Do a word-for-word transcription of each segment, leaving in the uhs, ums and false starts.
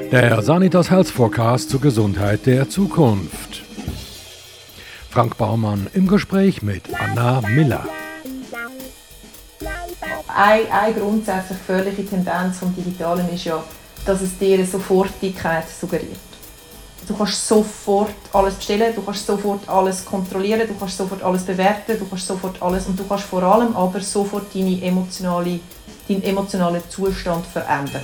Der Sanitas Health Forecast zur Gesundheit der Zukunft. Frank Baumann im Gespräch mit Anna Miller. Eine, eine grundsätzlich gefährliche Tendenz vom Digitalen ist ja, dass es dir eine Sofortigkeit suggeriert. Du kannst sofort alles bestellen, du kannst sofort alles kontrollieren, du kannst sofort alles bewerten, du kannst sofort alles und du kannst vor allem aber sofort deine emotionale, deinen emotionalen Zustand verändern.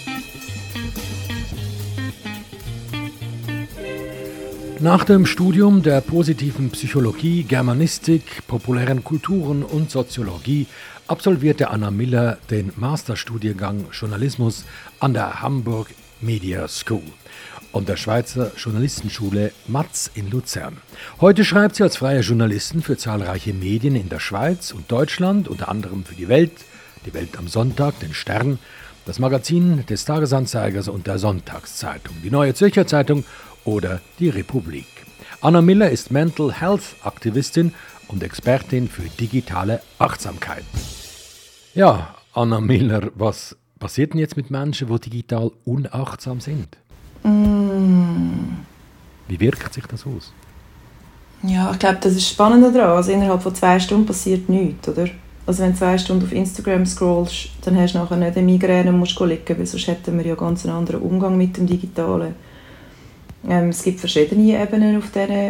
Nach dem Studium der positiven Psychologie, Germanistik, populären Kulturen und Soziologie absolvierte Anna Miller den Masterstudiengang Journalismus an der Hamburg Media School und der Schweizer Journalistenschule M A Z in Luzern. Heute schreibt sie als freie Journalistin für zahlreiche Medien in der Schweiz und Deutschland, unter anderem für die Welt, die Welt am Sonntag, den Stern, das Magazin des Tagesanzeigers und der Sonntagszeitung, die Neue Zürcher Zeitung oder die Republik. Anna Miller ist Mental Health Aktivistin und Expertin für digitale Achtsamkeit. Ja, Anna Miller, was passiert denn jetzt mit Menschen, die digital unachtsam sind? Mm. Wie wirkt sich das aus? Ja, ich glaube, das ist spannend daran. Also innerhalb von zwei Stunden passiert nichts, oder? Also wenn du zwei Stunden auf Instagram scrollst, dann hast du nachher nicht eine Migräne und musst liegen, weil sonst hätten wir ja ganz einen anderen Umgang mit dem Digitalen. Ähm, es gibt verschiedene Ebenen auf diesen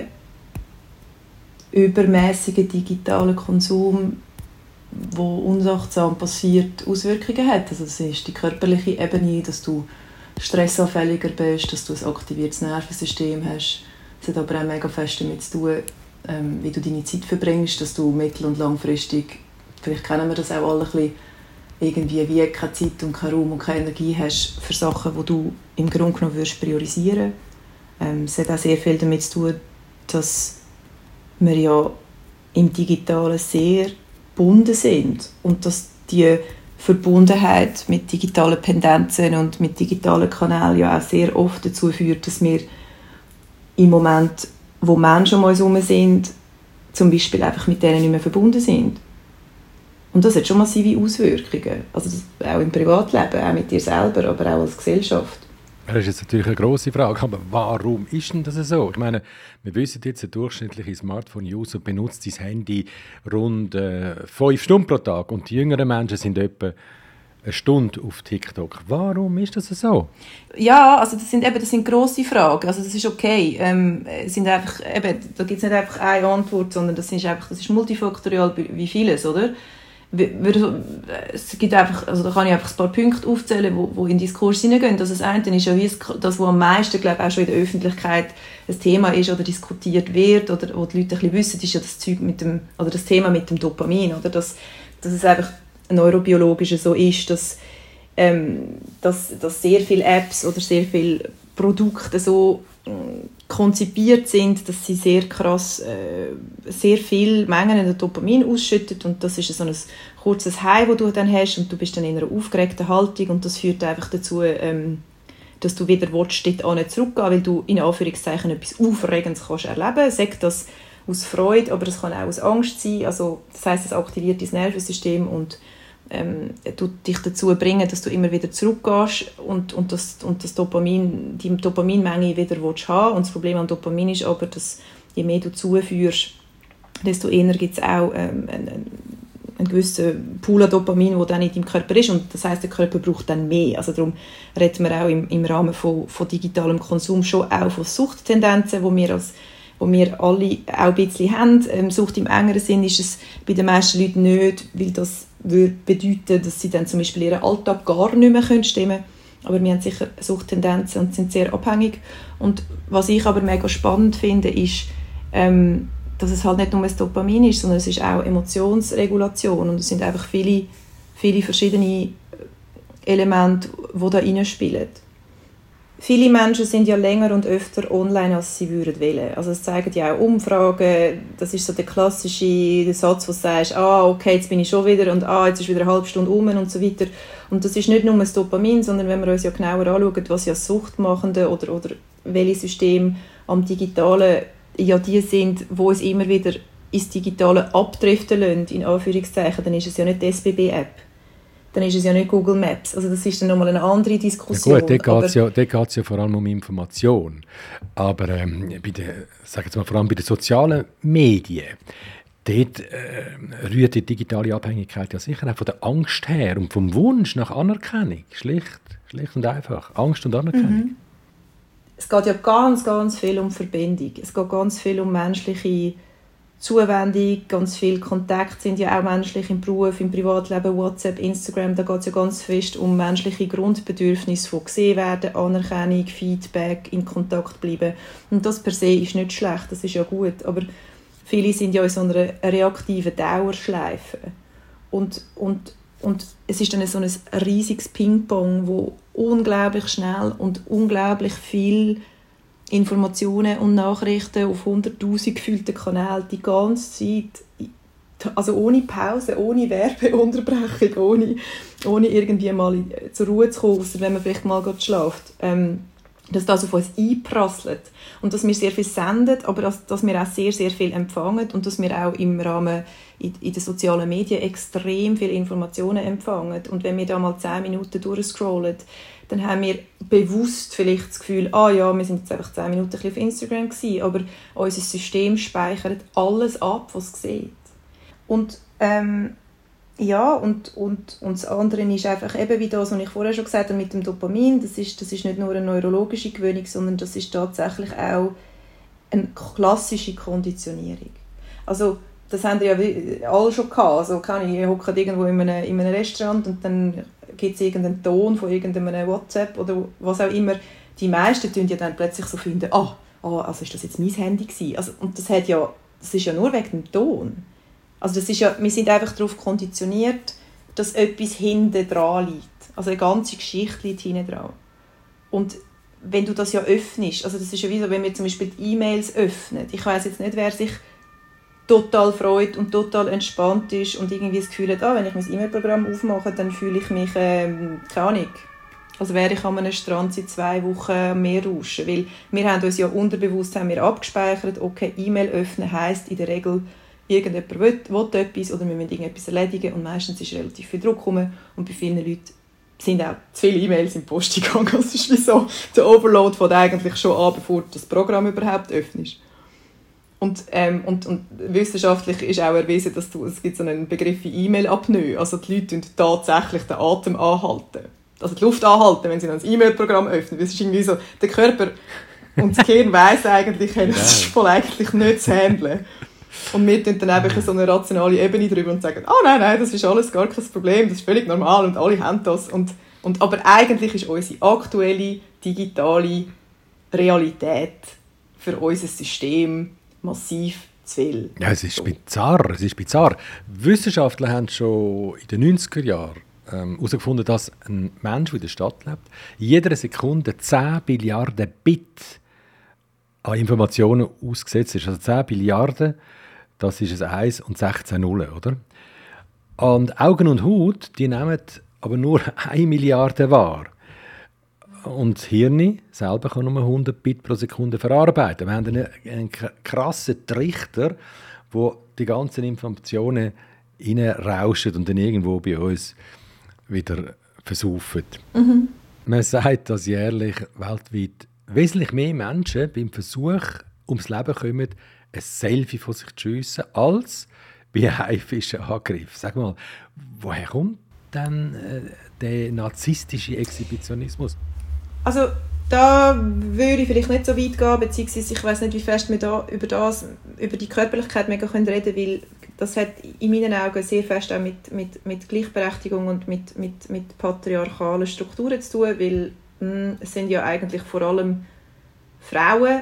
übermäßigen digitalen Konsum, wo unachtsam passiert, Auswirkungen hat. Also das ist die körperliche Ebene, dass du stressanfälliger bist, dass du ein aktiviertes Nervensystem hast. Es hat aber auch mega fest damit zu tun, ähm, wie du deine Zeit verbringst, dass du mittel- und langfristig, vielleicht kennen wir das auch alle ein bisschen, irgendwie wie keine Zeit und keinen Raum und keine Energie hast für Sachen, die du im Grunde genommen würdest priorisieren. Ähm, es hat auch sehr viel damit zu tun, dass wir ja im Digitalen sehr gebunden sind und dass die Verbundenheit mit digitalen Pendenzen und mit digitalen Kanälen ja auch sehr oft dazu führt, dass wir im Moment, wo Menschen um uns herum sind, zum Beispiel einfach mit denen nicht mehr verbunden sind. Und das hat schon massive Auswirkungen. Also das, auch im Privatleben, auch mit dir selber, aber auch als Gesellschaft. Das ist jetzt natürlich eine grosse Frage, aber warum ist denn das so? Ich meine, wir wissen jetzt, der durchschnittliche Smartphone-User benutzt sein Handy rund äh, fünf Stunden pro Tag und die jüngeren Menschen sind etwa eine Stunde auf TikTok. Warum ist das so? Ja, also das sind eben das sind grosse Fragen. Also das ist okay. Ähm, es sind einfach, eben, da gibt es nicht einfach eine Antwort, sondern das ist einfach, das ist multifaktorial wie vieles, oder? Es gibt einfach, also da kann ich einfach ein paar Punkte aufzählen, wo, wo in den Diskurs hineingehen. Also das eine ist ja wie das, was am meisten, glaube ich, auch schon in der Öffentlichkeit ein Thema ist oder diskutiert wird oder wo die Leute ein bisschen wissen, ist ja das Zeug mit dem, oder das Thema mit dem Dopamin, oder dass, dass es einfach neurobiologisch so ist, dass, ähm, dass, dass sehr viele Apps oder sehr viele Produkte so äh, konzipiert sind, dass sie sehr krass äh, sehr viel Mengen an Dopamin ausschüttet und das ist so ein kurzes High, das du dann hast und du bist dann in einer aufgeregten Haltung und das führt einfach dazu, ähm, dass du wieder willst, dort zurückgehen, weil du in Anführungszeichen etwas Aufregendes kannst erleben. Sagt das aus Freude, aber es kann auch aus Angst sein. Also, das heisst, es aktiviert dein Nervensystem und ähm, tut dich dazu bringen, dass du immer wieder zurückgehst und, und, das, und das Dopamin, die Dopaminmenge wieder willst haben. Und das Problem am Dopamin ist aber, dass je mehr du zuführst, desto eher gibt es auch ähm, einen, einen gewissen Pool an Dopamin, der dann in deinem Körper ist. Und das heisst, der Körper braucht dann mehr. Also darum reden wir auch im, im Rahmen von, von digitalem Konsum schon auch von Suchttendenzen, wo wir als wo wir alle auch ein bisschen haben. Ähm, Sucht im engeren Sinn ist es bei den meisten Leuten nicht, weil das würde bedeuten, dass sie dann zum Beispiel ihren Alltag gar nicht mehr stimmen können. Aber wir haben sicher Suchttendenzen und sind sehr abhängig. Und was ich aber mega spannend finde, ist, ähm, dass es halt nicht nur das Dopamin ist, sondern es ist auch Emotionsregulation. Und es sind einfach viele, viele verschiedene Elemente, die da reinspielen. Viele Menschen sind ja länger und öfter online, als sie würden wollen. Also das zeigen ja auch Umfragen. Das ist so der klassische Satz, wo du sagst, ah, okay, jetzt bin ich schon wieder und ah, jetzt ist wieder eine halbe Stunde um und so weiter. Und das ist nicht nur das Dopamin, sondern wenn wir uns ja genauer anschauen, was ja Suchtmachende oder, oder welche Systeme am Digitalen ja die sind, wo es immer wieder ins Digitale abdriften lassen, in Anführungszeichen, dann ist es ja nicht die S B B-App. dann ist es ja nicht Google Maps. Also das ist dann nochmal eine andere Diskussion. Ja gut, dort geht es ja, dort geht's ja vor allem um Information. Aber ähm, bei den, sag jetzt mal, vor allem bei den sozialen Medien, dort äh, rührt die digitale Abhängigkeit ja sicher auch von der Angst her und vom Wunsch nach Anerkennung. Schlicht, schlicht und einfach. Angst und Anerkennung. Mhm. Es geht ja ganz, ganz viel um Verbindung. Es geht ganz viel um menschliche Zuwendung. Ganz viele Kontakte sind ja auch menschlich im Beruf, im Privatleben, WhatsApp, Instagram. Da geht es ja ganz fest um menschliche Grundbedürfnisse von gesehen werden, Anerkennung, Feedback, in Kontakt bleiben. Und das per se ist nicht schlecht, das ist ja gut. Aber viele sind ja in so einer reaktiven Dauerschleife. Und, und, und es ist dann so ein riesiges Ping-Pong, wo unglaublich schnell und unglaublich viel Informationen und Nachrichten auf hunderttausend gefüllten Kanälen die ganze Zeit, also ohne Pause, ohne Werbeunterbrechung, ohne, ohne irgendwie mal zur Ruhe zu kommen, außer wenn man vielleicht mal schläft, ähm, dass das auf uns einprasselt und dass wir sehr viel senden, aber dass, dass wir auch sehr, sehr viel empfangen und dass wir auch im Rahmen in, in den sozialen Medien extrem viele Informationen empfangen. Und wenn wir da mal zehn Minuten durchscrollen, dann haben wir bewusst vielleicht das Gefühl, ah ja, wir sind jetzt einfach zehn Minuten auf Instagram gewesen, aber unser System speichert alles ab, was es sieht. Und ähm, ja, und, und, und das andere ist einfach eben wie das, was ich vorher schon gesagt habe mit dem Dopamin, das ist, das ist nicht nur eine neurologische Gewöhnung, sondern das ist tatsächlich auch eine klassische Konditionierung. Also das haben ja alle schon gehabt. Also kann ich hocke irgendwo in einem, in einem Restaurant und dann gibt es irgendeinen Ton von irgendeinem WhatsApp oder was auch immer. Die meisten tun ja dann plötzlich so finden, ah, ah also ist das jetzt mein Handy gewesen? Also, und das, hat ja, das ist ja nur wegen dem Ton. Also das ist ja, wir sind einfach darauf konditioniert, dass etwas hinten dran liegt. Also eine ganze Geschichte liegt hinten dran. Und wenn du das ja öffnest, also das ist ja wie so, wenn wir zum Beispiel die E-Mails öffnen. Ich weiss jetzt nicht, wer sich total freut und total entspannt ist und irgendwie das Gefühl hat, ah, wenn ich mein E-Mail-Programm aufmache, dann fühle ich mich, ähm, keine Ahnung, als wäre ich an einem Strand seit zwei Wochen am Meer rauschen. Weil wir haben uns ja unterbewusst haben wir abgespeichert, okay, E-Mail öffnen heisst in der Regel, irgendjemand will, will etwas oder wir müssen irgendetwas erledigen und meistens ist relativ viel Druck rum und bei vielen Leuten sind auch zu viele E-Mails im Posteingang. Das ist wie so, der Overload fängt eigentlich schon an, bevor du das Programm überhaupt öffnest. Und, ähm, und, und wissenschaftlich ist auch erwiesen, dass du, es gibt so einen Begriff wie E-Mail-Apnoe. Also die Leute tun tatsächlich den Atem anhalten. Also die Luft anhalten, wenn sie dann das E-Mail-Programm öffnen. Das ist irgendwie so, der Körper und das Gehirn weiss eigentlich, hey, das ist voll eigentlich nicht zu handeln. Und wir tun dann einfach so eine rationale Ebene drüber und sagen, oh nein, nein, das ist alles gar kein Problem, das ist völlig normal und alle haben das. Und, und, aber eigentlich ist unsere aktuelle digitale Realität für unser System massiv zu viel. Ja, es ist so. bizarr, es ist bizarr. Wissenschaftler haben schon in den neunziger Jahren herausgefunden, ähm, dass ein Mensch, der in der Stadt lebt, in jeder Sekunde zehn Billiarden Bit an Informationen ausgesetzt ist. Also zehn Billiarden, das ist ein eins und sechzehn Nullen, oder? Und Augen und Haut, die nehmen aber nur eine Milliarde wahr. Und das Hirn selber kann nur hundert Bit pro Sekunde verarbeiten. Wir haben einen, einen krassen Trichter, wo die ganzen Informationen reinrauschen und dann irgendwo bei uns wieder versaufen. Mhm. Man sagt, dass jährlich weltweit wesentlich mehr Menschen beim Versuch ums Leben kommen, ein Selfie von sich zu schiessen, als bei einem Haifischangriff. Sag mal, woher kommt denn äh, der narzisstische Exhibitionismus? Also da würde ich vielleicht nicht so weit gehen, beziehungsweise ich weiss nicht, wie fest wir da über das, über die Körperlichkeit mega reden können, weil das hat in meinen Augen sehr fest auch mit, mit, mit Gleichberechtigung und mit, mit, mit patriarchalen Strukturen zu tun, weil mh, es sind ja eigentlich vor allem Frauen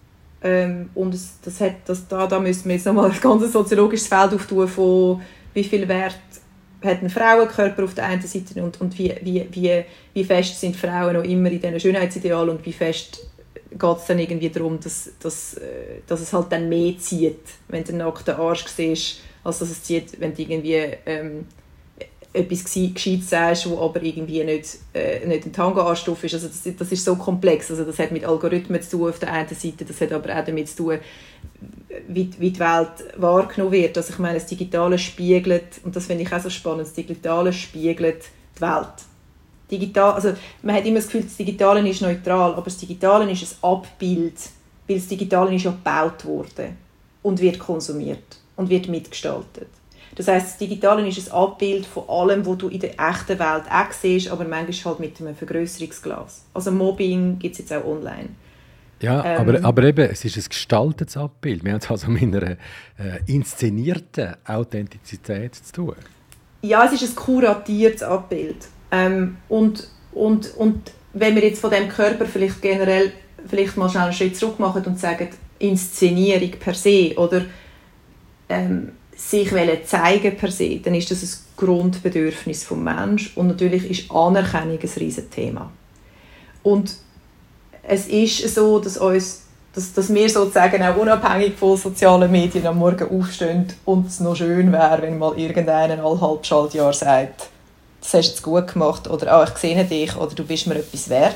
ähm, und es, das hat, das, da, da müssen wir jetzt nochmal ein ganz soziologisches Feld auftun von wie viel Wert hat ein Frauenkörper auf der einen Seite und, und wie, wie, wie, wie fest sind Frauen noch immer in diesen Schönheitsidealen und wie fest geht es dann irgendwie darum, dass, dass, dass es halt dann mehr zieht, wenn du einen nackten Arsch siehst, als dass es zieht, wenn du irgendwie ähm, etwas Gescheites sagst, wo aber irgendwie nicht, äh, nicht ein Tanga-Anstoff ist. Also das, das ist so komplex. Also das hat mit Algorithmen zu tun auf der einen Seite, das hat aber auch damit zu tun, wie, wie die Welt wahrgenommen wird. Also ich meine, das Digitale spiegelt, und das finde ich auch so spannend, das Digitale spiegelt die Welt. Digital, also man hat immer das Gefühl, das Digitale ist neutral, aber das Digitale ist ein Abbild, weil das Digitale ist ja gebaut worden und wird konsumiert und wird mitgestaltet. Das heisst, das Digitale ist ein Abbild von allem, was du in der echten Welt auch siehst, aber manchmal halt mit einem Vergrößerungsglas. Also Mobbing gibt es jetzt auch online. Ja, ähm, aber, aber eben, es ist ein gestaltetes Abbild. Wir haben es also mit einer äh, inszenierten Authentizität zu tun. Ja, es ist ein kuratiertes Abbild. Ähm, und, und, und wenn wir jetzt von dem Körper vielleicht generell vielleicht mal schnell einen Schritt zurück machen und sagen, Inszenierung per se oder ähm, sich zeigen per se, dann ist das ein Grundbedürfnis des Menschen und natürlich ist Anerkennung ein riesiges Thema. Und es ist so, dass, uns, dass, dass wir sozusagen auch unabhängig von sozialen Medien am Morgen aufstehen und es noch schön wäre, wenn mal irgendeiner alle halb Schaltjahr sagt, das hast du jetzt gut gemacht oder ah, ich sehe dich oder du bist mir etwas wert.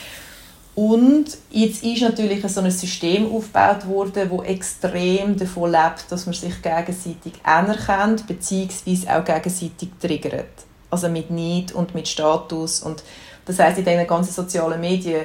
Und jetzt ist natürlich so ein System aufgebaut worden, das extrem davon lebt, dass man sich gegenseitig anerkennt bzw. auch gegenseitig triggert. Also mit Neid und mit Status. Und das heisst, in diesen ganzen sozialen Medien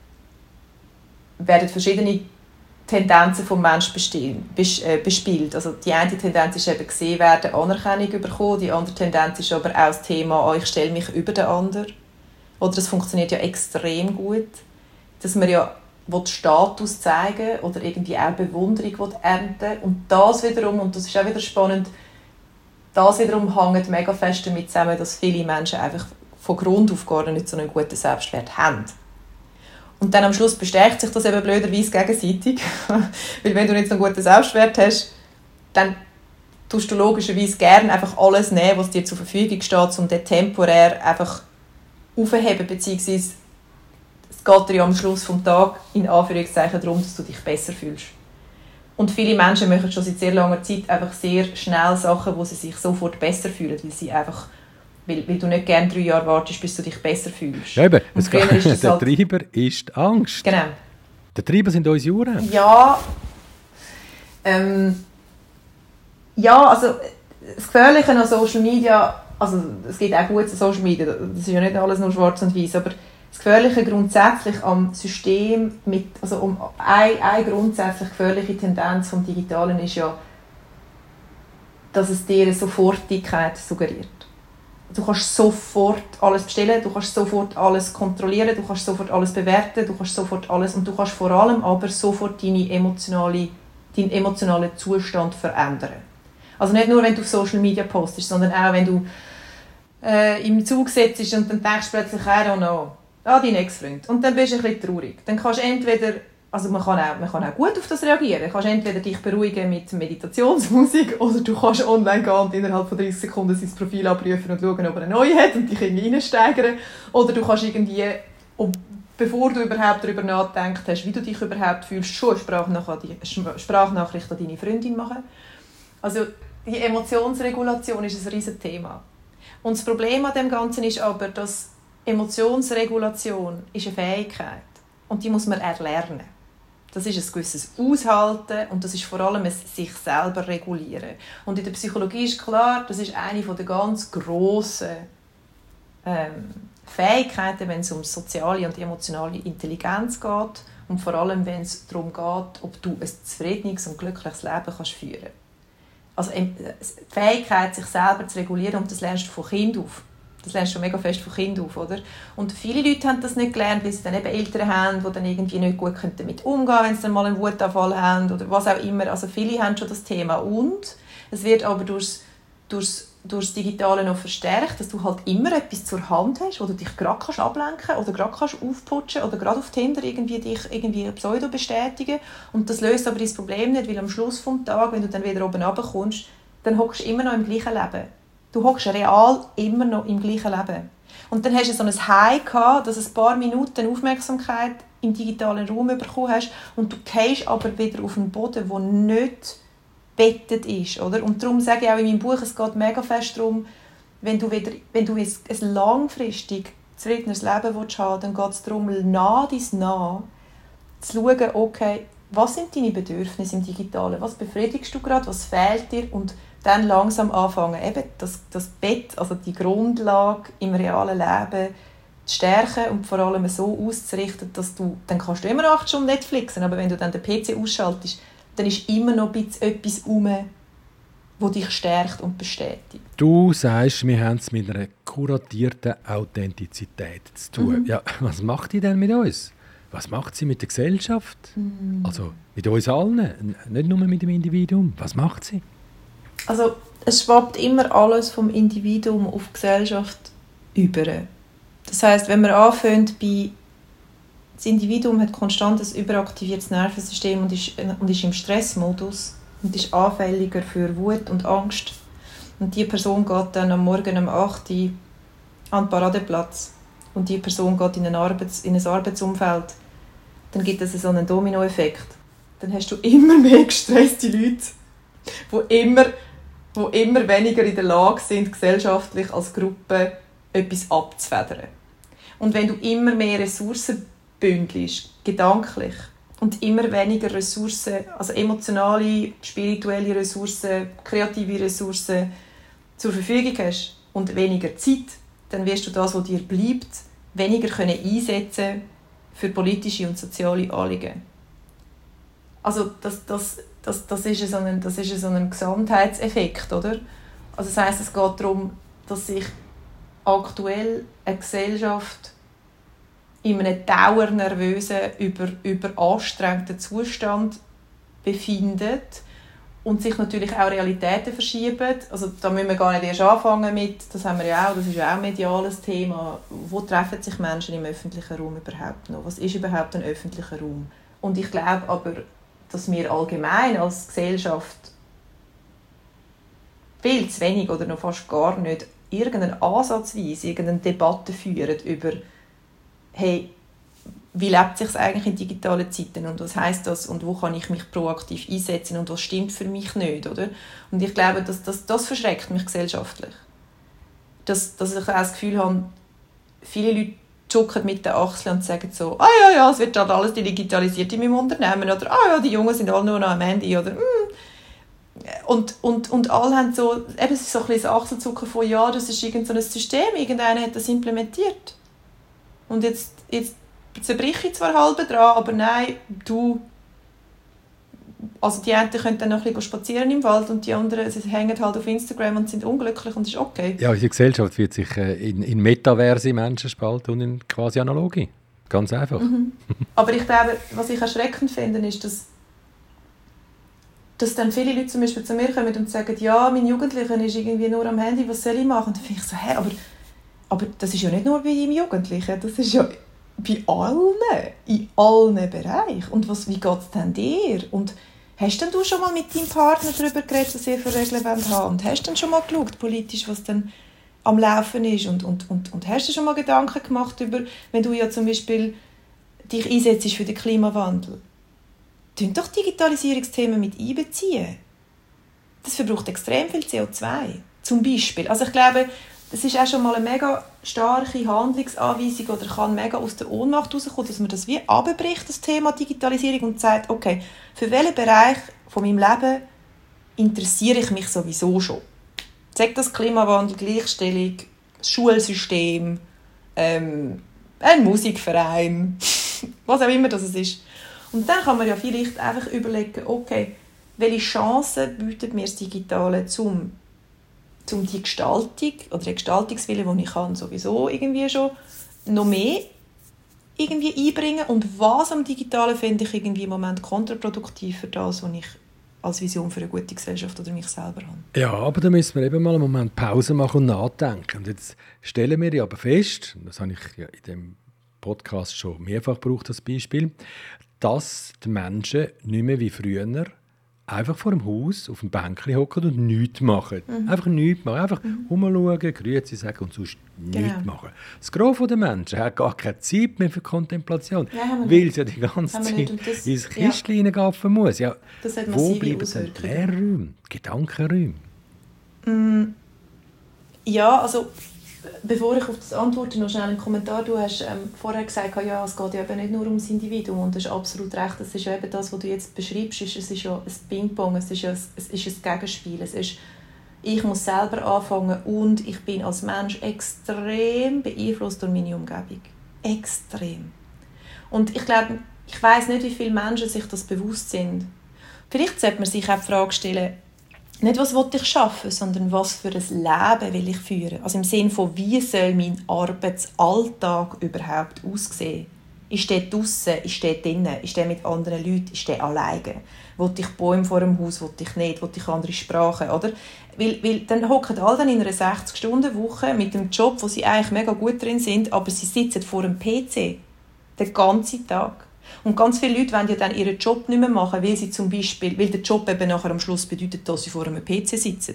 werden verschiedene Tendenzen vom Menschen bespielt. Also die eine Tendenz ist eben gesehen werden, Anerkennung bekommen. Die andere Tendenz ist aber auch das Thema, oh, ich stelle mich über den anderen. Oder das funktioniert ja extrem gut, dass man ja Status zeigen oder irgendwie auch Bewunderung ernten. Und das wiederum, und das ist auch wieder spannend, das wiederum hängt mega fest damit zusammen, dass viele Menschen einfach von Grund auf gar nicht so einen guten Selbstwert haben. Und dann am Schluss bestärkt sich das eben blöderweise gegenseitig. Weil wenn du nicht so einen guten Selbstwert hast, dann tust du logischerweise gerne einfach alles nehmen, was dir zur Verfügung steht, um den temporär einfach aufzuheben, beziehungsweise es geht dir ja am Schluss des Tages in Anführungszeichen darum, dass du dich besser fühlst. Und viele Menschen machen schon seit sehr langer Zeit einfach sehr schnell Sachen, wo sie sich sofort besser fühlen, weil sie einfach Weil, weil du nicht gerne drei Jahre wartest, bis du dich besser fühlst. Ja, eben. Es geht, ist der halt Treiber ist Angst. Genau. Der Treiber sind unsere Juren. Ja. Ähm, ja, also das Gefährliche an Social Media, also es gibt auch gute Social Media, das ist ja nicht alles nur schwarz und weiß, aber das Gefährliche grundsätzlich am System, mit, also um eine, eine grundsätzlich gefährliche Tendenz vom Digitalen ist ja, dass es dir eine Sofortigkeit suggeriert. Du kannst sofort alles bestellen, du kannst sofort alles kontrollieren, du kannst sofort alles bewerten, du kannst sofort alles und du kannst vor allem aber sofort deine emotionale, deinen emotionalen Zustand verändern. Also nicht nur, wenn du auf Social Media postest, sondern auch, wenn du äh, im Zug sitzt und dann denkst du plötzlich, I don't know, ah, dein Ex-Freund. Und dann bist du ein bisschen traurig. Dann kannst du entweder, also man kann, auch, man kann auch gut auf das reagieren. Du kannst entweder dich beruhigen mit Meditationsmusik oder du kannst online gehen und innerhalb von dreißig Sekunden sein Profil abrufen und schauen, ob er eine neue hat und dich irgendwie reinsteigern. Oder du kannst irgendwie, ob, bevor du überhaupt darüber nachgedacht hast, wie du dich überhaupt fühlst, schon eine Sprachnachricht an deine Freundin machen. Also die Emotionsregulation ist ein riesiges Thema. Und das Problem an dem Ganzen ist aber, dass Emotionsregulation ist eine Fähigkeit und die muss man erlernen. Das ist ein gewisses Aushalten und das ist vor allem ein sich selber regulieren. Und in der Psychologie ist klar, das ist eine der ganz grossen ähm, Fähigkeiten, wenn es um soziale und emotionale Intelligenz geht und vor allem, wenn es darum geht, ob du ein zufriedenes und glückliches Leben kannst führen kannst. Also die Fähigkeit, sich selber zu regulieren, und das lernst du von Kind auf. Das lernst du mega fest von Kind auf, oder? Und viele Leute haben das nicht gelernt, weil sie dann eben Eltern haben, die dann irgendwie nicht gut damit umgehen können, wenn sie dann mal einen Wutanfall haben oder was auch immer. Also viele haben schon das Thema. Und es wird aber durchs, durchs, durchs Digitale noch verstärkt, dass du halt immer etwas zur Hand hast, wo du dich gerade kannst ablenken kannst oder gerade kannst aufputschen oder gerade auf Tinder irgendwie dich irgendwie pseudo bestätigen. Und das löst aber das Problem nicht, weil am Schluss des Tages, wenn du dann wieder oben runterkommst, dann hockst du immer noch im gleichen Leben. Du hockst real immer noch im gleichen Leben. Und dann hast du so ein High gehabt, dass du ein paar Minuten Aufmerksamkeit im digitalen Raum bekommen hast und du gehst aber wieder auf einen Boden, der nicht bettet ist. Oder? Und darum sage ich auch in meinem Buch, es geht mega fest darum, wenn du, wieder, wenn du ein, ein langfristig zufriedenes Leben willst haben, dann geht es darum, nah dies nah zu schauen, okay, was sind deine Bedürfnisse im Digitalen? Was befriedigst du gerade? Was fehlt dir? Und dann langsam anfangen, eben das, das Bett, also die Grundlage im realen Leben zu stärken und vor allem so auszurichten, dass du, dann kannst du immer noch acht Stunden Netflixen, aber wenn du dann den P C ausschaltest, dann ist immer noch ein bisschen etwas herum, das dich stärkt und bestätigt. Du sagst, wir haben es mit einer kuratierten Authentizität zu tun. Mhm. Ja, was macht die denn mit uns? Was macht sie mit der Gesellschaft? Mhm. Also mit uns allen, nicht nur mit dem Individuum. Was macht sie? Also es schwappt immer alles vom Individuum auf die Gesellschaft über. Das heisst, wenn wir anfangen bei das Individuum hat konstant ein überaktiviertes Nervensystem und ist, und ist im Stressmodus und ist anfälliger für Wut und Angst. Und die Person geht dann am Morgen um acht Uhr an den Paradeplatz und die Person geht in ein, Arbeits-, in ein Arbeitsumfeld, dann gibt es so einen Dominoeffekt. Dann hast du immer mehr gestresste Leute, die immer, die immer weniger in der Lage sind, gesellschaftlich als Gruppe etwas abzufedern. Und wenn du immer mehr Ressourcen bündelst, gedanklich, und immer weniger Ressourcen, also emotionale, spirituelle Ressourcen, kreative Ressourcen zur Verfügung hast und weniger Zeit, dann wirst du das, was dir bleibt, weniger können einsetzen für politische und soziale Anliegen. Also das, das, das, das ist so ein, das ist so ein Gesamtheitseffekt, oder? Also das heisst, es geht darum, dass sich aktuell eine Gesellschaft in einem dauernervösen, über, überanstrengten Zustand befindet und sich natürlich auch Realitäten verschieben. Also da müssen wir gar nicht erst anfangen mit, das haben wir ja auch, das ist ja auch ein mediales Thema. Wo treffen sich Menschen im öffentlichen Raum überhaupt noch? Was ist überhaupt ein öffentlicher Raum? Und ich glaube aber, dass wir allgemein als Gesellschaft viel zu wenig oder noch fast gar nicht irgendeine Ansatzweise, irgendeine Debatte führen über hey, wie lebt es sich eigentlich in digitalen Zeiten und was heisst das und wo kann ich mich proaktiv einsetzen und was stimmt für mich nicht, oder? Und ich glaube, dass, dass, das verschreckt mich gesellschaftlich. Dass, dass ich auch das Gefühl habe, viele Leute zucken mit den Achseln und sagen so, ah ja, ja, es wird halt alles digitalisiert in meinem Unternehmen, oder ah ja, die Jungen sind alle nur noch am Handy, oder mm. und, und, und alle haben so, eben, es ist so ein bisschen das Achselzucken von, ja, das ist irgend so ein System, irgendeiner hat das implementiert. Und jetzt, jetzt zerbreche ich zwar halb dran, aber nein, du... Also die einen können dann noch ein bisschen spazieren im Wald und die anderen sie hängen halt auf Instagram und sind unglücklich und das ist okay. Ja, unsere Gesellschaft wird sich in, in Metaverse Menschen spalten und in quasi Analogie. Ganz einfach. Mhm. Aber ich glaube, was ich erschreckend finde, ist, dass, dass dann viele Leute zum Beispiel zu mir kommen und sagen, ja, mein Jugendlicher ist irgendwie nur am Handy, was soll ich machen? Und dann finde ich so, hä, aber... Aber das ist ja nicht nur bei dem Jugendlichen, das ist ja bei allen, in allen Bereichen. Und was, wie geht es denn dir? Und hast denn du schon mal mit deinem Partner darüber geredet, was ihr für Regeln haben wollt? Und hast du denn schon mal geschaut, politisch, was dann am Laufen ist? Und, und, und, und hast du schon mal Gedanken gemacht über, wenn du ja zum Beispiel dich einsetzt für den Klimawandel? Tun doch Digitalisierungsthemen mit einbeziehen. Das verbraucht extrem viel C O zwei, zum Beispiel. Also ich glaube, es ist auch schon mal eine mega starke Handlungsanweisung oder kann mega aus der Ohnmacht herauskommen, dass man das wie abbricht, das Thema Digitalisierung, und sagt, okay, für welchen Bereich von meinem Leben interessiere ich mich sowieso schon? Sagt das Klimawandel, Gleichstellung, das Schulsystem, ähm, ein Musikverein, was auch immer das ist. Und dann kann man ja vielleicht einfach überlegen, okay, welche Chancen bietet mir das Digitale zum um die Gestaltung oder den Gestaltungswillen, den ich habe, sowieso irgendwie schon noch mehr irgendwie einbringen, und was am Digitalen finde ich irgendwie im Moment kontraproduktiv für das, was ich als Vision für eine gute Gesellschaft oder mich selber habe. Ja, aber da müssen wir eben mal einen Moment Pause machen und nachdenken. Und jetzt stellen wir ja aber fest, das habe ich ja in dem Podcast schon mehrfach gebraucht, das Beispiel, dass die Menschen nicht mehr wie früher einfach vor dem Haus auf dem Bänkchen hocken und nichts machen. Mhm. Einfach nichts machen. Einfach mhm. rumschauen, Grüezi sagen und sonst nichts genau. machen. Das Gros der Menschen hat gar keine Zeit mehr für Kontemplation, ja, weil sie ja die ganze Zeit das, ins Kistchen ja. reingreifen muss. Ja, das hat wo bleiben denn die Lehrräume, die Gedankenräume? Mm, ja, also Bevor ich auf das antworte, noch schnell einen Kommentar. Du hast ähm, vorher gesagt, ja, es geht ja eben nicht nur ums Individuum. Und das ist absolut recht. Das ist ja eben das, was du jetzt beschreibst. Es ist ja ein Ping-Pong, es ist ja ein, es ist ein Gegenspiel. Es ist, ich muss selber anfangen und ich bin als Mensch extrem beeinflusst durch meine Umgebung. Extrem. Und ich glaube, ich weiss nicht, wie viele Menschen sich das bewusst sind. Vielleicht sollte man sich auch die Frage stellen, nicht, was will ich schaffen, sondern was für ein Leben will ich führen. Also im Sinne von, wie soll mein Arbeitsalltag überhaupt aussehen? Ist der draussen? Ist der drinnen? Ist der mit anderen Leuten? Ist der alleine? Will ich Bäume vor dem Haus? Will ich nicht? Will ich andere Sprachen? Oder? Weil, weil dann hocken alle dann in einer sechzig-Stunden-Woche mit dem Job, wo sie eigentlich mega gut drin sind, aber sie sitzen vor einem P C den ganzen Tag. Und ganz viele Leute wollen ja dann ihren Job nicht mehr machen, weil sie zum Beispiel, weil der Job eben nachher am Schluss bedeutet, dass sie vor einem P C sitzen.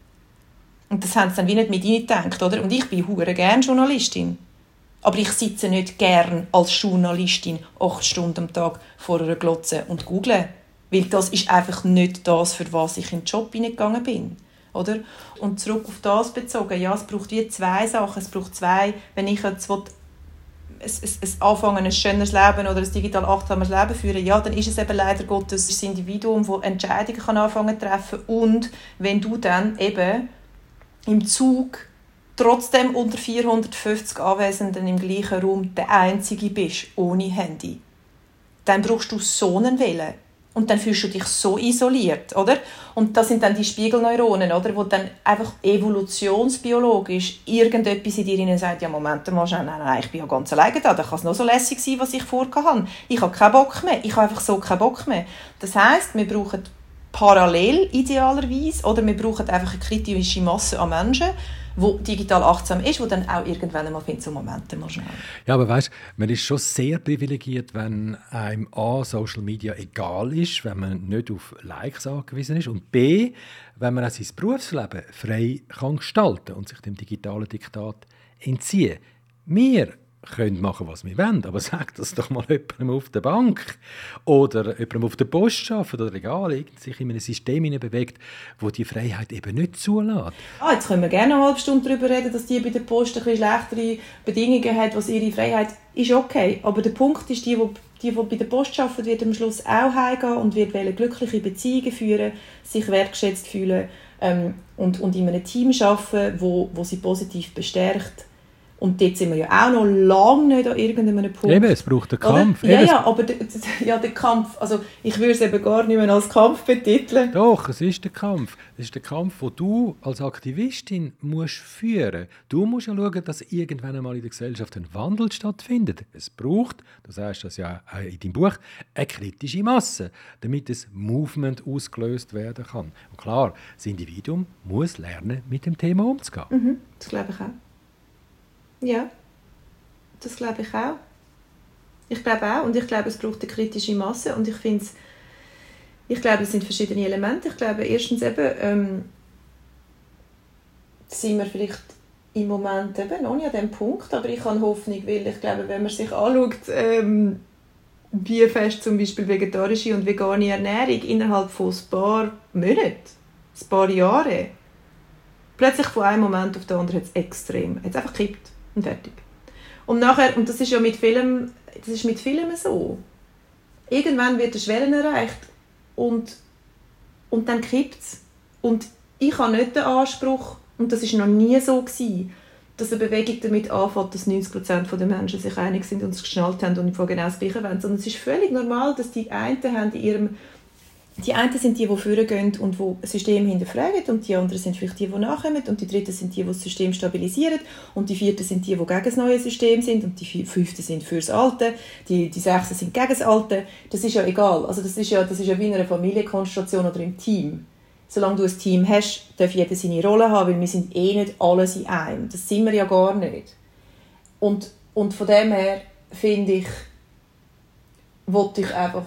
Und das haben sie dann wie nicht mit eingedacht, oder? Und ich bin hure gerne Journalistin. Aber ich sitze nicht gern als Journalistin acht Stunden am Tag vor einer Glotze und google. Weil das ist einfach nicht das, für was ich in den Job hineingegangen bin. Oder? Und zurück auf das bezogen, ja, es braucht wie zwei Sachen. Es braucht zwei, wenn ich jetzt will, Es, es, es anfangen, ein schönes Leben oder ein digital achtsames Leben führen, ja, dann ist es eben leider Gottes das Individuum, das Entscheidungen kann anfangen zu treffen. Und wenn du dann eben im Zug trotzdem unter vierhundertfünfzig Anwesenden im gleichen Raum der Einzige bist, ohne Handy, dann brauchst du so einen Willen. Und dann fühlst du dich so isoliert, oder? Und das sind dann die Spiegelneuronen, oder? Wo dann einfach evolutionsbiologisch irgendetwas in dir sagt, ja, Moment mal, nein, nein, nein, ich bin ja ganz alleine da, da kann es noch so lässig sein, was ich vorgehabt habe. Ich habe keinen Bock mehr, ich habe einfach so keinen Bock mehr. Das heisst, wir brauchen parallel idealerweise, oder wir brauchen einfach eine kritische Masse an Menschen, wo digital achtsam ist, wo dann auch irgendwann einmal findet, so Momente mal schnell. Ja, aber weißt, man ist schon sehr privilegiert, wenn einem A, Social Media egal ist, wenn man nicht auf Likes angewiesen ist, und B, wenn man auch sein Berufsleben frei kann gestalten und sich dem digitalen Diktat entziehen. Wir können machen, was wir wollen, aber sag das doch mal jemandem auf der Bank oder jemandem auf der Post arbeitet oder egal, sich in einem System bewegt, wo die Freiheit eben nicht zulässt. Ah, jetzt können wir gerne eine halbe Stunde darüber reden, dass die bei der Post ein bisschen schlechtere Bedingungen hat, was ihre Freiheit ist, okay. Aber der Punkt ist, die, die, die, die bei der Post arbeitet, wird am Schluss auch heimgehen und wird glückliche Beziehungen führen, sich wertgeschätzt fühlen ähm, und, und in einem Team arbeiten, wo, wo sie positiv bestärkt. Und dort sind wir ja auch noch lange nicht an irgendeinem Punkt. Eben, es braucht einen Kampf. Ja, ja, aber der, ja, der Kampf, also ich würde es eben gar nicht mehr als Kampf betiteln. Doch, es ist der Kampf. Es ist der Kampf, den du als Aktivistin musst führen musst. Du musst ja schauen, dass irgendwann einmal in der Gesellschaft ein Wandel stattfindet. Es braucht, du sagst das ja auch in deinem Buch, eine kritische Masse, damit ein Movement ausgelöst werden kann. Und klar, das Individuum muss lernen, mit dem Thema umzugehen. Mhm, das glaube ich auch. Ja, das glaube ich auch. Ich glaube auch. Und ich glaube, es braucht eine kritische Masse. Und ich finde es, ich glaube, es sind verschiedene Elemente. Ich glaube, erstens eben, ähm, sind wir vielleicht im Moment eben noch nicht an diesem Punkt, aber ich habe Hoffnung, weil ich glaube, wenn man sich anschaut, ähm, wie fest zum Beispiel vegetarische und vegane Ernährung innerhalb von ein paar Monaten, ein paar Jahren, plötzlich von einem Moment auf den anderen hat es extrem, hat es einfach gekippt. Und fertig. Und nachher, und das ist ja mit Filmen, das ist mit Filmen so. Irgendwann wird der Schwellen erreicht und, und dann kippt es. Und ich habe nicht den Anspruch, und das war noch nie so gewesen, dass eine Bewegung damit anfängt, dass neunzig Prozent der Menschen sich einig sind und es geschnallt haben und genau das Gleiche wollen. Sondern es ist völlig normal, dass die einen haben in ihrem Die einen sind die, die vorgehen und die das System hinterfragen, und die anderen sind vielleicht die, die nachkommen, und die dritten sind die, die das System stabilisieren, und die vierten sind die, die gegen das neue System sind, und die fünften sind für das Alte, die, die sechsten sind gegen das Alte. Das ist ja egal. Also das ist ja, das ist ja wie in einer Familienkonstellation oder im Team. Solange du ein Team hast, darf jeder seine Rolle haben, weil wir sind eh nicht alles in einem. Das sind wir ja gar nicht. Und, und von dem her, finde ich, wollte ich einfach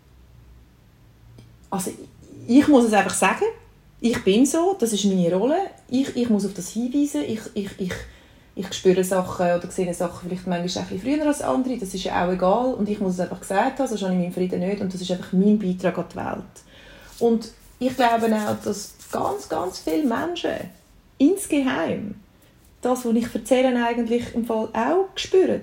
Also ich muss es einfach sagen, ich bin so, das ist meine Rolle, ich, ich muss auf das hinweisen, ich, ich, ich, ich spüre Sachen oder sehe Sachen vielleicht manchmal ein bisschen früher als andere, das ist ja auch egal, und ich muss es einfach gesagt haben, sonst habe ich meinen Frieden nicht, und das ist einfach mein Beitrag an die Welt. Und ich glaube auch, dass ganz, ganz viele Menschen insgeheim das, was ich erzähle, eigentlich im Fall auch spüren.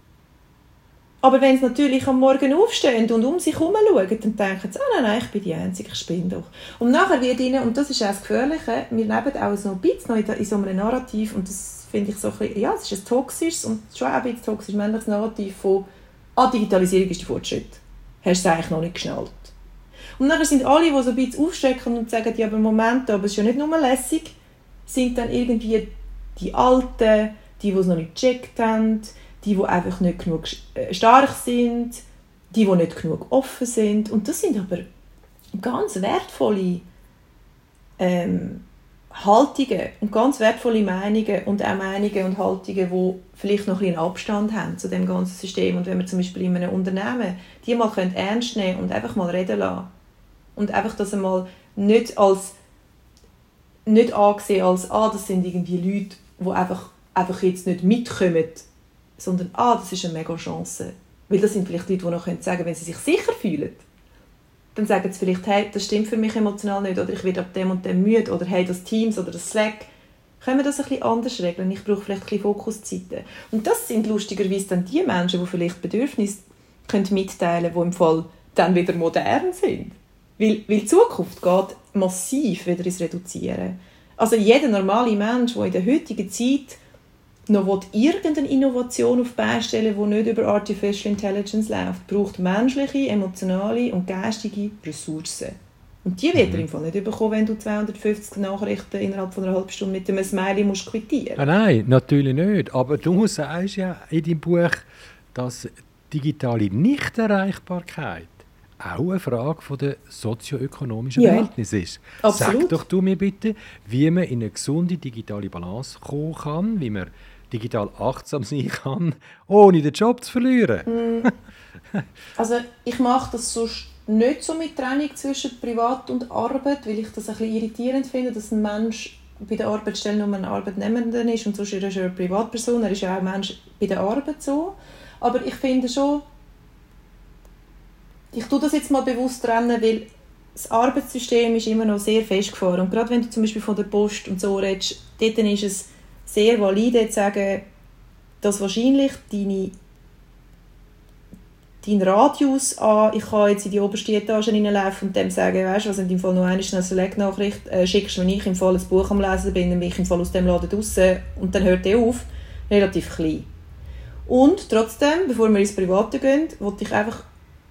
Aber wenn sie natürlich am Morgen aufstehen und um sich herum schauen, dann denken sie, ah, nein, nein, ich bin die Einzige, ich spinne doch. Und nachher wird ihnen, und das ist auch das Gefährliche, wir leben auch so ein bisschen noch in so einem Narrativ, und das finde ich so ein bisschen, ja, es ist ein toxisches und schon auch ein bisschen toxisch männliches Narrativ von, ah, Digitalisierung ist der Fortschritt. Hast du es eigentlich noch nicht geschnallt. Und nachher sind alle, die so ein bisschen aufstrecken und sagen, ja, aber Moment, aber es ist ja nicht nur lässig, sind dann irgendwie die Alten, die, die es noch nicht gecheckt haben, die, die einfach nicht genug stark sind, die, die nicht genug offen sind. Und das sind aber ganz wertvolle ähm, Haltungen und ganz wertvolle Meinungen und auch Meinungen und Haltungen, die vielleicht noch ein bisschen Abstand haben zu dem ganzen System. Und wenn wir zum Beispiel in einem Unternehmen die mal ernst nehmen können und einfach mal reden lassen und einfach das einmal nicht als nicht angesehen als ah, das sind irgendwie Leute, die einfach, einfach jetzt nicht mitkommen, sondern ah, das ist eine mega Chance. Weil das sind vielleicht Leute, die noch sagen können, wenn sie sich sicher fühlen, dann sagen sie vielleicht, hey, das stimmt für mich emotional nicht, oder ich werde ab dem und dem müde, oder hey, das Teams oder das Slack, können wir das ein bisschen anders regeln? Ich brauche vielleicht ein bisschen Fokuszeiten. Und das sind lustigerweise dann die Menschen, die vielleicht Bedürfnisse können mitteilen können, die im Fall dann wieder modern sind. Weil, weil die Zukunft geht massiv wieder ins Reduzieren. Also jeder normale Mensch, der in der heutigen Zeit noch irgendeine Innovation auf die Beine stellen will, die nicht über Artificial Intelligence läuft, braucht menschliche, emotionale und geistige Ressourcen. Und die wird mhm. er im Fall nicht bekommen, wenn du zweihundertfünfzig Nachrichten innerhalb von einer halben Stunde mit einem Smiley musst quittieren. Ah, nein, natürlich nicht. Aber du sagst ja in deinem Buch, dass digitale Nichterreichbarkeit auch eine Frage von der sozioökonomischen ja, Verhältnisse ist. Absolut. Sag doch du mir bitte, wie man in eine gesunde digitale Balance kommen kann, wie man digital achtsam sein kann, ohne den Job zu verlieren. Also ich mache das sonst nicht so mit Trennung zwischen Privat und Arbeit, weil ich das ein bisschen irritierend finde, dass ein Mensch bei der Arbeitsstelle nur ein Arbeitnehmender ist und sonst ist er eine Privatperson, er ist ja auch ein Mensch bei der Arbeit so. Aber ich finde schon, ich tue das jetzt mal bewusst trennen, weil das Arbeitssystem ist immer noch sehr festgefahren. Und gerade wenn du zum Beispiel von der Post und so redest, dort ist es sehr valide zu sagen, dass wahrscheinlich deine, dein Radius an, ich kann jetzt in die oberste Etage hineinlaufen und dem sagen, weißt du was, wenn du im Fall noch eine schnelle Select-Nachricht äh, schickst, wenn ich im Fall ein Buch am Lesen bin, dann bin ich im Fall aus dem Laden draussen und dann hört der auf, relativ klein. Und trotzdem, bevor wir ins Private gehen, wollte ich einfach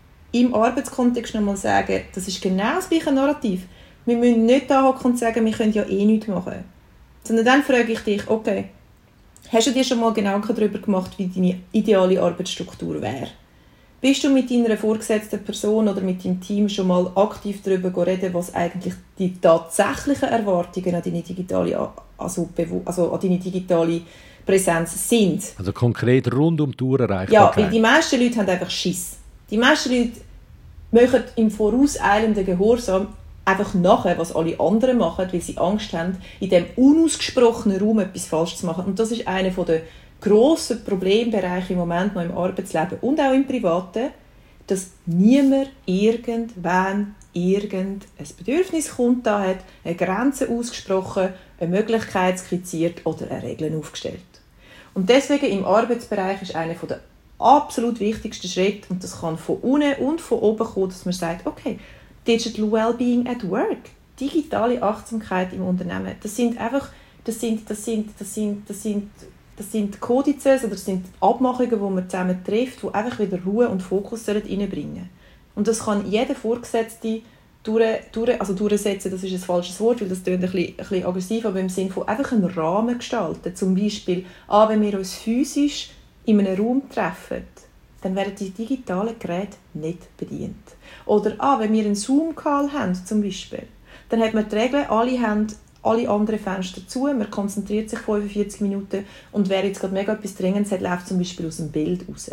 im Arbeitskontext noch mal sagen, das ist genau das gleiche Narrativ. Wir müssen nicht da hocken und sagen, wir können ja eh nichts machen. Sondern dann frage ich dich, okay, hast du dir schon mal Gedanken darüber gemacht, wie deine ideale Arbeitsstruktur wäre? Bist du mit deiner vorgesetzten Person oder mit deinem Team schon mal aktiv darüber reden, was eigentlich die tatsächlichen Erwartungen an deine digitale, also, also an deine digitale Präsenz sind? Also konkret rund um die Uhr Erreichbarkeit. Ja, weil die meisten Leute haben einfach Schiss. Die meisten Leute machen im vorauseilenden Gehorsam einfach nachher, was alle anderen machen, weil sie Angst haben, in diesem unausgesprochenen Raum etwas falsch zu machen. Und das ist einer der grossen Problembereiche im Moment noch im Arbeitsleben und auch im Privaten, dass niemand irgendwann irgendein Bedürfnis kundgetan hat, eine Grenze ausgesprochen, eine Möglichkeit skizziert oder eine Regel aufgestellt. Und deswegen im Arbeitsbereich ist einer der absolut wichtigsten Schritte, und das kann von unten und von oben kommen, dass man sagt, okay, Digital Wellbeing at Work, digitale Achtsamkeit im Unternehmen, das sind einfach, das sind, das sind, das sind, das sind, das sind Kodizes oder das sind Abmachungen, die man zusammen trifft, die einfach wieder Ruhe und Fokus reinbringen sollen. Und das kann jeder Vorgesetzte durch, durch, also durchsetzen, das ist ein falsches Wort, weil das klingt ein bisschen, ein bisschen aggressiv, aber im Sinne von einfach einen Rahmen gestalten. Zum Beispiel, ah, wenn wir uns physisch in einem Raum treffen, dann werden die digitalen Geräte nicht bedient. Oder ah, wenn wir einen Zoom-Call haben, zum Beispiel, dann hat man die Regel, alle haben alle anderen Fenster zu, man konzentriert sich fünfundvierzig Minuten und wer jetzt gerade mega etwas Dringendes hat, läuft zum Beispiel aus dem Bild raus.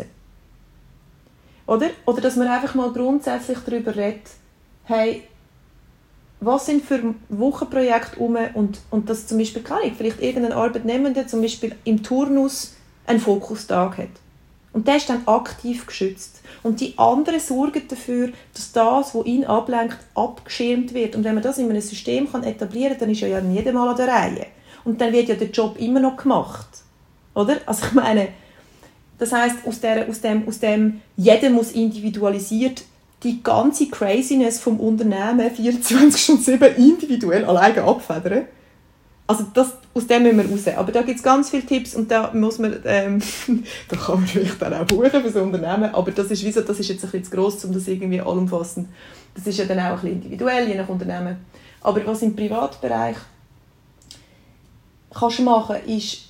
Oder? Oder dass man einfach mal grundsätzlich darüber redet, hey, was sind für Wochenprojekte rum und, und das zum Beispiel kann ich, vielleicht irgendein Arbeitnehmender zum Beispiel im Turnus einen Fokustag hat. Und der ist dann aktiv geschützt. Und die anderen sorgen dafür, dass das, was ihn ablenkt, abgeschirmt wird. Und wenn man das in einem System etablieren kann, dann ist er ja nicht einmal an der Reihe. und dann wird ja der Job immer noch gemacht. Oder? Also ich meine, das heisst, aus, der, aus, dem, aus dem jeder muss individualisiert die ganze Craziness vom Unternehmen vierundzwanzig Stunden sieben individuell alleine abfedern. Also das, aus dem müssen wir raus. Aber da gibt es ganz viele Tipps und da muss man, ähm, da kann man vielleicht dann auch buchen für so Unternehmen, aber das ist, wieso, das ist jetzt ein bisschen zu gross, um das irgendwie allumfassend. Das ist ja dann auch ein bisschen individuell, je nach Unternehmen. Aber was im Privatbereich kannst du machen, ist,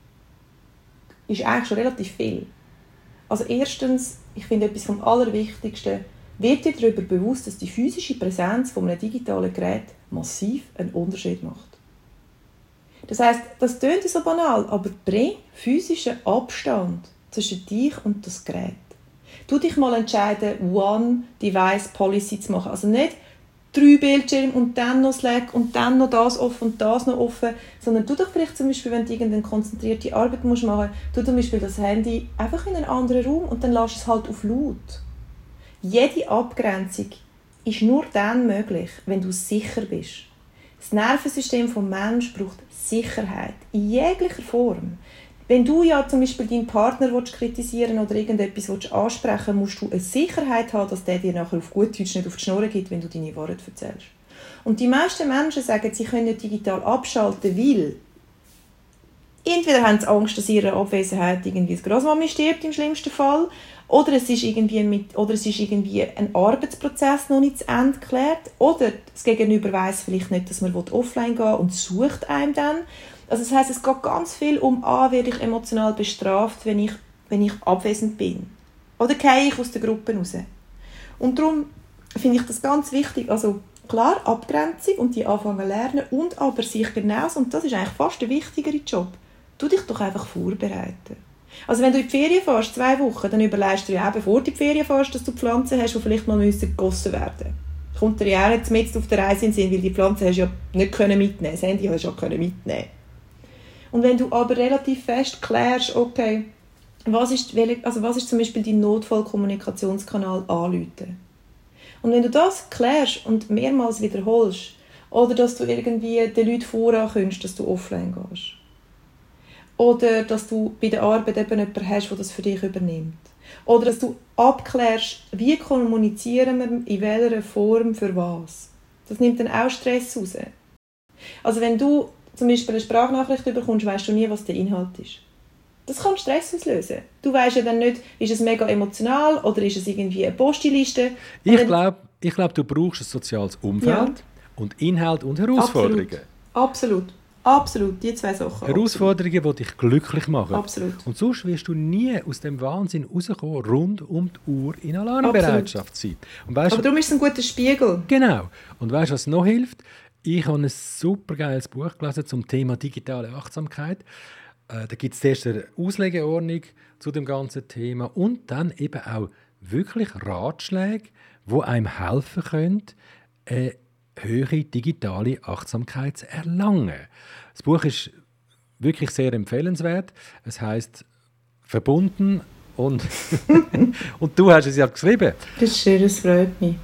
ist eigentlich schon relativ viel. Also erstens, ich finde etwas vom Allerwichtigsten, wird dir darüber bewusst, dass die physische Präsenz von einem digitalen Gerät massiv einen Unterschied macht. Das heisst, das klingt so banal, aber bring physischen Abstand zwischen dich und das Gerät. Du dich mal entscheiden, One-Device-Policy zu machen. Also nicht drei Bildschirme und dann noch Slack und dann noch das offen und das noch offen, sondern du doch vielleicht zum Beispiel, wenn du irgendeine konzentrierte Arbeit machen musst, du zum Beispiel das Handy einfach in einen anderen Raum und dann lässt es halt auf laut. Jede Abgrenzung ist nur dann möglich, wenn du sicher bist. Das Nervensystem des Menschen braucht Sicherheit in jeglicher Form. Wenn du ja zum Beispiel deinen Partner kritisieren willst oder irgendetwas ansprechen willst, musst du eine Sicherheit haben, dass der dir nachher auf gut Deutsch nicht auf die Schnur gibt, wenn du deine Wahrheit erzählst. Und die meisten Menschen sagen, sie können nicht digital abschalten, weil entweder haben sie Angst, dass ihre Abwesenheit irgendwie das Grossmami stirbt im schlimmsten Fall, oder es ist irgendwie mit, oder es ist irgendwie ein Arbeitsprozess noch nicht zu Ende geklärt, oder das Gegenüber weiss vielleicht nicht, dass man offline gehen will und sucht einem dann. Also das heisst, es geht ganz viel um, ah, werde ich emotional bestraft, wenn ich, wenn ich abwesend bin. Oder gehe ich aus der Gruppe raus. Und darum finde ich das ganz wichtig, also klar, Abgrenzung und die anfangen lernen und aber sich genauso, und das ist eigentlich fast der wichtigere Job, tu dich doch einfach vorbereiten. Also wenn du in die Ferien fährst, zwei Wochen, dann überlegst du dir ja auch, bevor du in die Ferien fährst, dass du Pflanzen hast, die vielleicht mal gegossen werden müssen. Kommt dir ja auch nicht mit auf der Reise in den Sinn, weil die Pflanzen hast du ja nicht mitnehmen. Das Handy hast du ja mitnehmen. Und wenn du aber relativ fest klärst, okay, was ist, also was ist zum Beispiel dein Notfallkommunikationskanal anrufen? Und wenn du das klärst und mehrmals wiederholst, oder dass du irgendwie den Leuten vorankündigst, dass du offline gehst, oder dass du bei der Arbeit eben jemanden hast, der das für dich übernimmt, oder dass du abklärst, wie kommunizieren wir, in welcher Form, für was. Das nimmt dann auch Stress raus. Also wenn du zum Beispiel eine Sprachnachricht bekommst, weisst du nie, was der Inhalt ist. Das kann Stress auslösen. Du weisst ja dann nicht, ist es mega emotional oder ist es irgendwie eine Postliste. Ich glaube, ich glaub, du brauchst ein soziales Umfeld ja. und Inhalt und Herausforderungen. Absolut. Absolut. Absolut, die zwei Sachen. Herausforderungen, die dich glücklich machen. Absolut. Und sonst wirst du nie aus dem Wahnsinn rauskommen, rund um die Uhr in Alarmbereitschaft sein. Und weißt, aber darum ist es ein guter Spiegel. Genau. Und weißt du, was noch hilft? Ich habe ein super geiles Buch gelesen zum Thema digitale Achtsamkeit. Äh, da gibt es zuerst eine Auslegeordnung zu dem ganzen Thema und dann eben auch wirklich Ratschläge, die einem helfen können, äh, höhere digitale Achtsamkeit zu erlangen. Das Buch ist wirklich sehr empfehlenswert. Es heisst «Verbunden» und, und du hast es ja geschrieben. Das ist schön, das freut mich.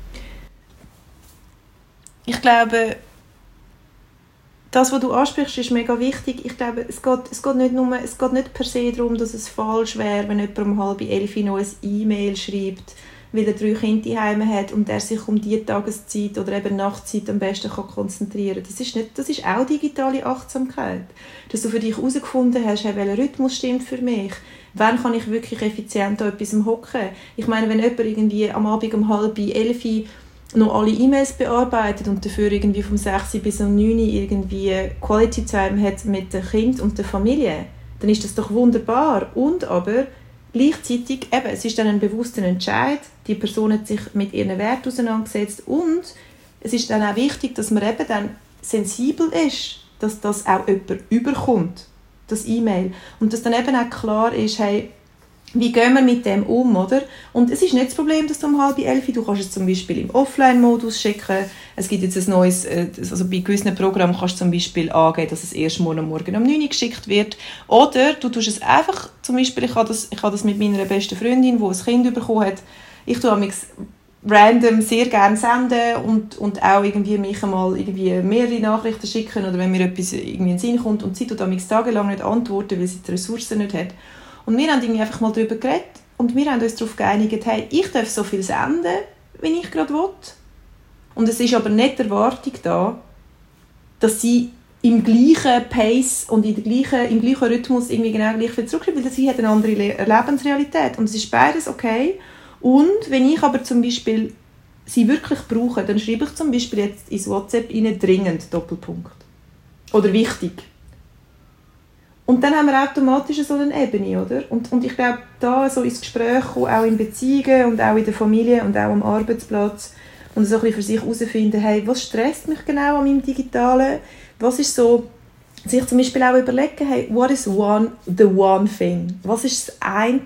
Ich glaube, das, was du ansprichst, ist mega wichtig. Ich glaube, es geht, es geht, nicht, nur, es geht nicht per se darum, dass es falsch wäre, wenn jemand um halb elf noch ein E-Mail schreibt, weil er drei Kinder zu Hause hat und er sich um diese Tageszeit oder eben Nachtzeit am besten kann konzentrieren kann. Das ist, nicht, das ist auch digitale Achtsamkeit. Dass du für dich herausgefunden hast, hey, welcher Rhythmus stimmt für mich. Wann kann ich wirklich effizient an etwas hocken? Ich meine, wenn jemand irgendwie am Abend um halb elf noch alle E-Mails bearbeitet und dafür irgendwie vom sechs bis um neun irgendwie Quality Time hat mit dem Kind und der Familie, dann ist das doch wunderbar. Und aber gleichzeitig, eben, es ist dann ein bewusster Entscheid, die Person hat sich mit ihren Werten auseinandergesetzt und es ist dann auch wichtig, dass man eben dann sensibel ist, dass das auch jemand überkommt, das E-Mail. Und dass dann eben auch klar ist, hey, wie gehen wir mit dem um, oder? Und es ist nicht das Problem, dass du um halb elf, du kannst es zum Beispiel im Offline-Modus schicken. Es gibt jetzt ein neues, also bei gewissen Programmen kannst du zum Beispiel angeben, dass es erst morgen, morgen um neun Uhr geschickt wird. Oder du tust es einfach, zum Beispiel, ich habe das, ich habe das mit meiner besten Freundin, die ein Kind bekommen hat, ich tue amigs random sehr gerne senden und, und auch irgendwie mich einmal irgendwie mehrere Nachrichten schicken oder wenn mir etwas irgendwie in den Sinn kommt und sie tut am tagelang nicht antworten, weil sie die Ressourcen nicht hat. Und wir haben irgendwie einfach mal darüber geredet und wir haben uns darauf geeinigt, hey, ich darf so viel senden, wenn ich gerade will. Und es ist aber nicht die Erwartung da, dass sie im gleichen Pace und in der gleichen, im gleichen Rhythmus irgendwie genau gleich viel zurückschreibt, weil sie hat eine andere Le- Lebensrealität und es ist beides okay. Und wenn ich aber zum Beispiel sie wirklich brauche, dann schreibe ich zum Beispiel jetzt ins WhatsApp rein, dringend, Doppelpunkt. Oder wichtig. Und dann haben wir automatisch so eine Ebene, oder? Und, und ich glaube, da so ins Gespräch kommen, auch in Beziehungen und auch in der Familie und auch am Arbeitsplatz und so ein bisschen für sich herausfinden, hey, was stresst mich genau an meinem Digitalen? Was ist so, sich zum Beispiel auch überlegen, hey, what is one, the one thing? Was ist das eine,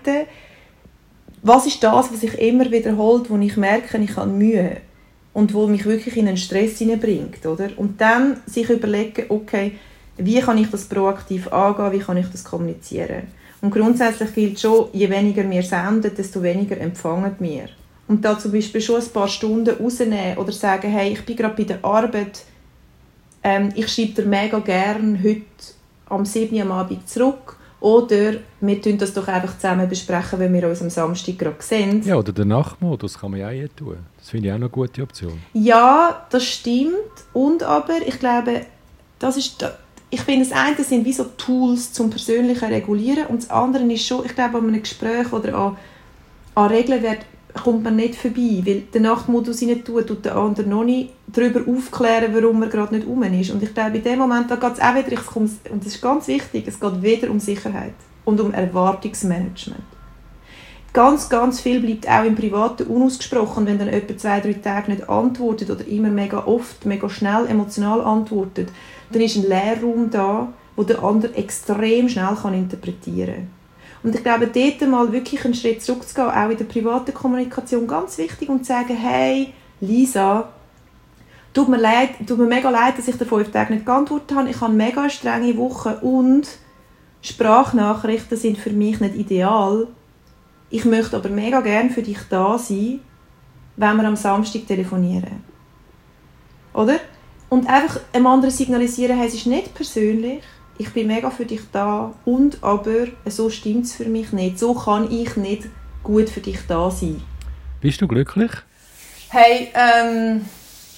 was ist das, was sich immer wiederholt, wo ich merke, ich habe Mühe und wo mich wirklich in einen Stress hineinbringt, oder? Und dann sich überlegen, okay, wie kann ich das proaktiv angehen, wie kann ich das kommunizieren? Und grundsätzlich gilt schon, je weniger wir senden, desto weniger empfangen wir. Und da zum Beispiel schon ein paar Stunden rausnehmen oder sagen, hey, ich bin gerade bei der Arbeit, ähm, ich schreibe dir mega gerne heute am sieben Uhr am Abend zurück. Oder wir tun das doch einfach zusammen besprechen, wenn wir uns am Samstag gerade sehen. Ja, oder den Nachtmodus kann man ja auch hier tun. Das finde ich auch eine gute Option. Ja, das stimmt. Und aber, ich glaube, das ist, ich finde, das eine sind wie so Tools zum persönlichen Regulieren und das andere ist schon, ich glaube, an einem Gespräch oder an, an Regeln kommt man nicht vorbei, weil der Nachtmodus nicht tut, tut der andere noch nicht darüber aufklären, warum er gerade nicht rum ist. Und ich glaube, in dem Moment, da geht es auch wieder, ich komme, und das ist ganz wichtig, es geht wieder um Sicherheit und um Erwartungsmanagement. Ganz, ganz viel bleibt auch im Privaten unausgesprochen, wenn dann etwa zwei, drei Tage nicht antwortet oder immer mega oft, mega schnell emotional antwortet, dann ist ein Leerraum da, wo der andere extrem schnell kann interpretieren kann. Und ich glaube, dort mal wirklich einen Schritt zurückzugehen, auch in der privaten Kommunikation, ganz wichtig, und zu sagen, hey, Lisa, tut mir leid, tut mir mega leid, dass ich dir fünf Tage nicht geantwortet habe. Ich habe eine mega strenge Woche und Sprachnachrichten sind für mich nicht ideal. Ich möchte aber mega gerne für dich da sein, wenn wir am Samstag telefonieren. Oder? Und einfach einem anderen signalisieren, hey, es ist nicht persönlich, ich bin mega für dich da und aber so stimmt es für mich nicht. So kann ich nicht gut für dich da sein. Bist du glücklich? Hey, ähm...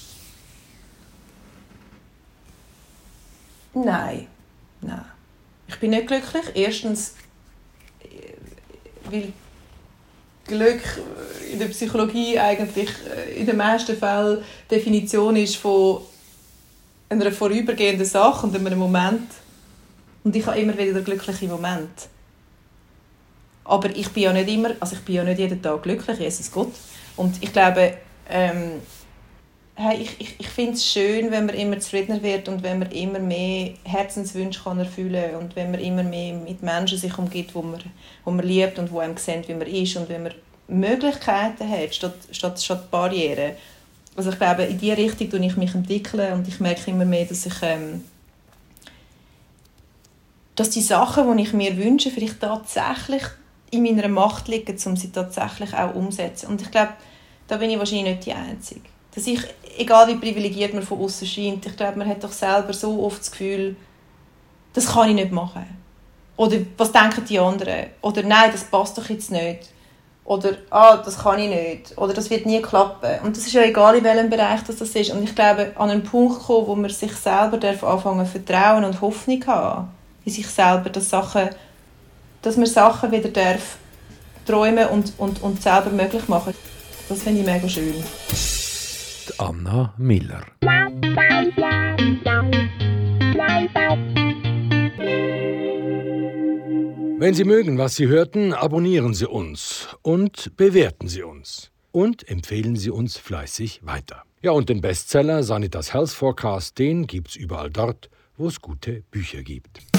Nein. Nein. Ich bin nicht glücklich. Erstens, weil Glück in der Psychologie eigentlich in den meisten Fällen die Definition ist von einer vorübergehenden Sache und einem Moment. Und ich habe immer wieder den glücklichen Moment. Aber ich bin ja nicht immer, also ich bin ja nicht jeden Tag glücklich, Jesus Gott. Und ich glaube, ähm, hey, ich, ich, ich finde es schön, wenn man immer zufriedener wird und wenn man immer mehr Herzenswünsche kann erfüllen kann und wenn man immer mehr mit Menschen sich umgibt, wo man, wo man liebt und wo einem sieht, wie man ist und wenn man Möglichkeiten hat, statt, statt, statt Barrieren. Also ich glaube, in diese Richtung entwickle ich mich entwickeln und ich merke immer mehr, dass ich... Ähm, dass die Sachen, die ich mir wünsche, vielleicht tatsächlich in meiner Macht liegen, um sie tatsächlich auch umzusetzen. Und ich glaube, da bin ich wahrscheinlich nicht die Einzige. Dass ich, egal wie privilegiert man von außen scheint, ich glaube, man hat doch selber so oft das Gefühl, das kann ich nicht machen. Oder was denken die anderen? Oder nein, das passt doch jetzt nicht. Oder ah, das kann ich nicht. Oder das wird nie klappen. Und das ist ja egal, in welchem Bereich das ist. Und ich glaube, an einen Punkt kommen, wo man sich selber anfangen darf, vertrauen und Hoffnung haben in sich selber, dass, Sachen, dass man Sachen wieder darf träumen und, und, und selber möglich machen. Das finde ich mega schön. Die Anna Miller. Wenn Sie mögen, was Sie hörten, abonnieren Sie uns und bewerten Sie uns. Und empfehlen Sie uns fleißig weiter. Ja, und den Bestseller Sanitas Health Forecast, den gibt's überall dort, wo es gute Bücher gibt.